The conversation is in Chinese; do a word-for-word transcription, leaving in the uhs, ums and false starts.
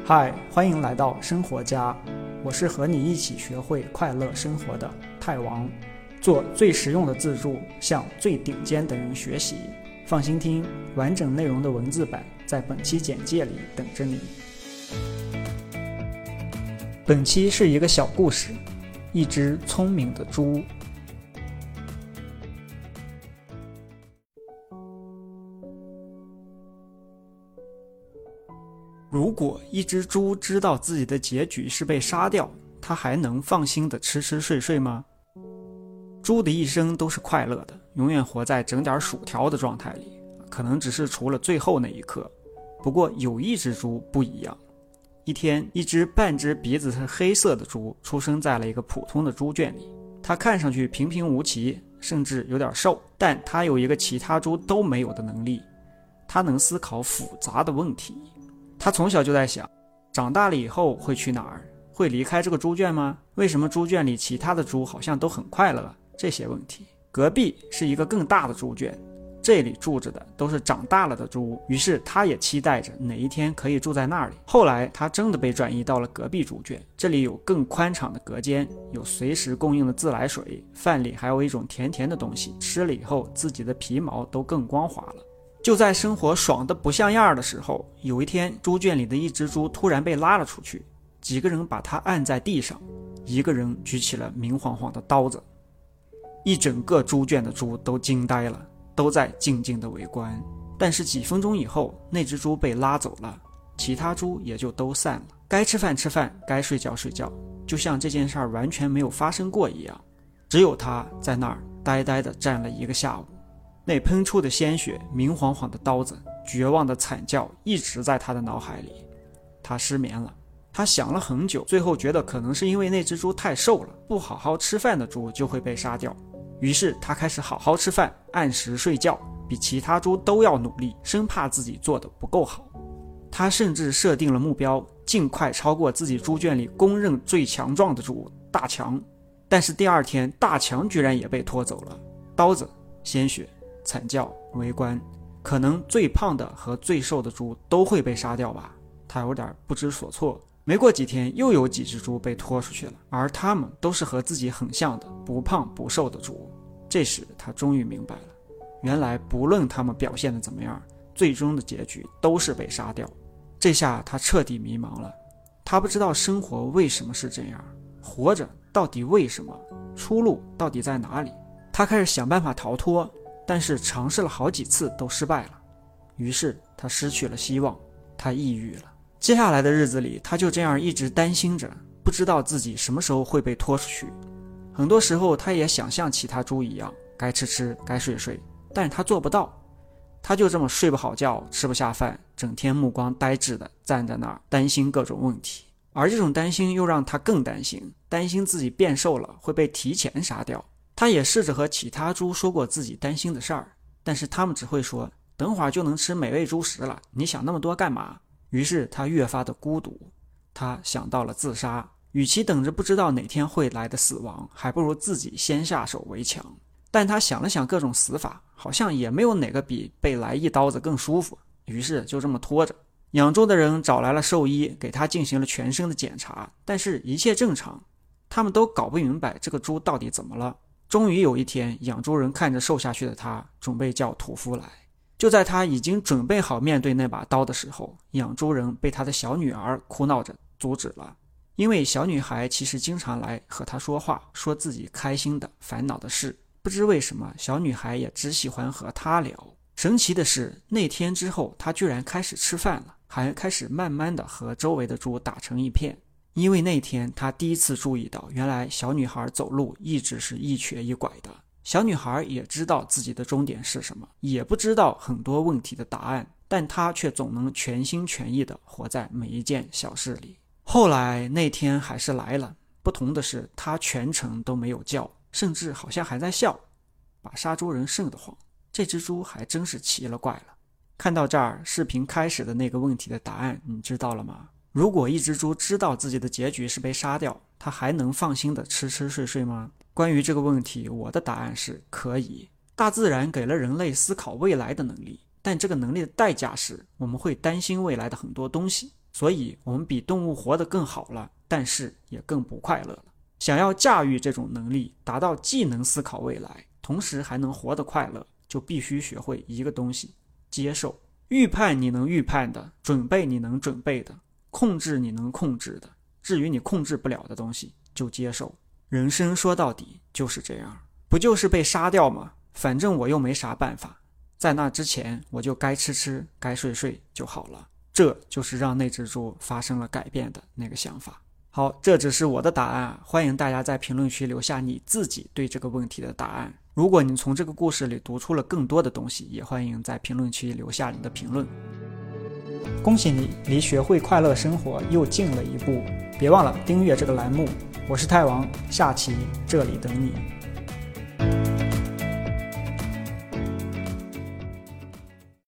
嗨，欢迎来到生活家，我是和你一起学会快乐生活的泰王，做最实用的自助，向最顶尖的人学习。放心听，完整内容的文字版在本期简介里等着你。本期是一个小故事，一只聪明的猪。如果一只猪知道自己的结局是被杀掉，它还能放心的吃吃睡睡吗？猪的一生都是快乐的，永远活在整点薯条的状态里，可能只是除了最后那一刻。不过有一只猪不一样。一天，一只半只鼻子是黑色的猪出生在了一个普通的猪圈里。它看上去平平无奇，甚至有点瘦，但它有一个其他猪都没有的能力，它能思考复杂的问题。他从小就在想，长大了以后会去哪儿？会离开这个猪圈吗？为什么猪圈里其他的猪好像都很快乐？这些问题。隔壁是一个更大的猪圈，这里住着的都是长大了的猪，于是他也期待着哪一天可以住在那里。后来他真的被转移到了隔壁猪圈，这里有更宽敞的隔间，有随时供应的自来水，饭里还有一种甜甜的东西，吃了以后自己的皮毛都更光滑了。就在生活爽得不像样的时候，有一天猪圈里的一只猪突然被拉了出去，几个人把它按在地上，一个人举起了明晃晃的刀子。一整个猪圈的猪都惊呆了，都在静静的围观。但是几分钟以后，那只猪被拉走了，其他猪也就都散了，该吃饭吃饭，该睡觉睡觉，就像这件事儿完全没有发生过一样。只有他在那儿呆呆地站了一个下午。那喷出的鲜血，明晃晃的刀子，绝望的惨叫一直在他的脑海里。他失眠了，他想了很久，最后觉得可能是因为那只猪太瘦了，不好好吃饭的猪就会被杀掉。于是他开始好好吃饭，按时睡觉，比其他猪都要努力，生怕自己做得不够好。他甚至设定了目标，尽快超过自己猪圈里公认最强壮的猪大强。但是第二天，大强居然也被拖走了，刀子、鲜血、惨叫、围观，可能最胖的和最瘦的猪都会被杀掉吧。他有点不知所措。没过几天，又有几只猪被拖出去了，而他们都是和自己很像的不胖不瘦的猪。这时他终于明白了，原来不论他们表现得怎么样，最终的结局都是被杀掉。这下他彻底迷茫了，他不知道生活为什么是这样，活着到底为什么，出路到底在哪里。他开始想办法逃脱，但是尝试了好几次都失败了。于是他失去了希望，他抑郁了。接下来的日子里，他就这样一直担心着，不知道自己什么时候会被拖出去。很多时候他也想像其他猪一样，该吃吃，该睡睡，但是他做不到。他就这么睡不好觉，吃不下饭，整天目光呆滞的站在那儿，担心各种问题。而这种担心又让他更担心，担心自己变瘦了会被提前杀掉。他也试着和其他猪说过自己担心的事儿，但是他们只会说，等会儿就能吃美味猪食了，你想那么多干嘛？于是他越发的孤独，他想到了自杀。与其等着不知道哪天会来的死亡，还不如自己先下手为强。但他想了想各种死法，好像也没有哪个比被来一刀子更舒服，于是就这么拖着。养猪的人找来了兽医，给他进行了全身的检查，但是一切正常，他们都搞不明白这个猪到底怎么了。终于有一天，养猪人看着瘦下去的他，准备叫屠夫来。就在他已经准备好面对那把刀的时候，养猪人被他的小女儿哭闹着阻止了。因为小女孩其实经常来和他说话，说自己开心的烦恼的事，不知为什么小女孩也只喜欢和他聊。神奇的是，那天之后他居然开始吃饭了，还开始慢慢的和周围的猪打成一片。因为那天他第一次注意到，原来小女孩走路一直是一瘸一拐的。小女孩也知道自己的终点是什么，也不知道很多问题的答案，但她却总能全心全意地活在每一件小事里。后来那天还是来了，不同的是她全程都没有叫，甚至好像还在笑，把杀猪人瘆得慌。这只猪还真是奇了怪了。看到这儿，视频开始的那个问题的答案你知道了吗？如果一只猪知道自己的结局是被杀掉，它还能放心的吃吃睡睡吗？关于这个问题，我的答案是可以。大自然给了人类思考未来的能力，但这个能力的代价是我们会担心未来的很多东西。 所以我们比动物活得更好了，但是也更不快乐了。想要驾驭这种能力，达到既能思考未来，同时还能活得快乐，就必须学会一个东西：接受。预判你能预判的，准备你能准备的，控制你能控制的，至于你控制不了的东西，就接受。人生说到底就是这样，不就是被杀掉吗？反正我又没啥办法，在那之前我就该吃吃该睡睡就好了。这就是让那只猪发生了改变的那个想法。好，这只是我的答案，欢迎大家在评论区留下你自己对这个问题的答案。如果你从这个故事里读出了更多的东西，也欢迎在评论区留下你的评论。恭喜你离学会快乐生活又近了一步，别忘了订阅这个栏目。我是太王，下期这里等你。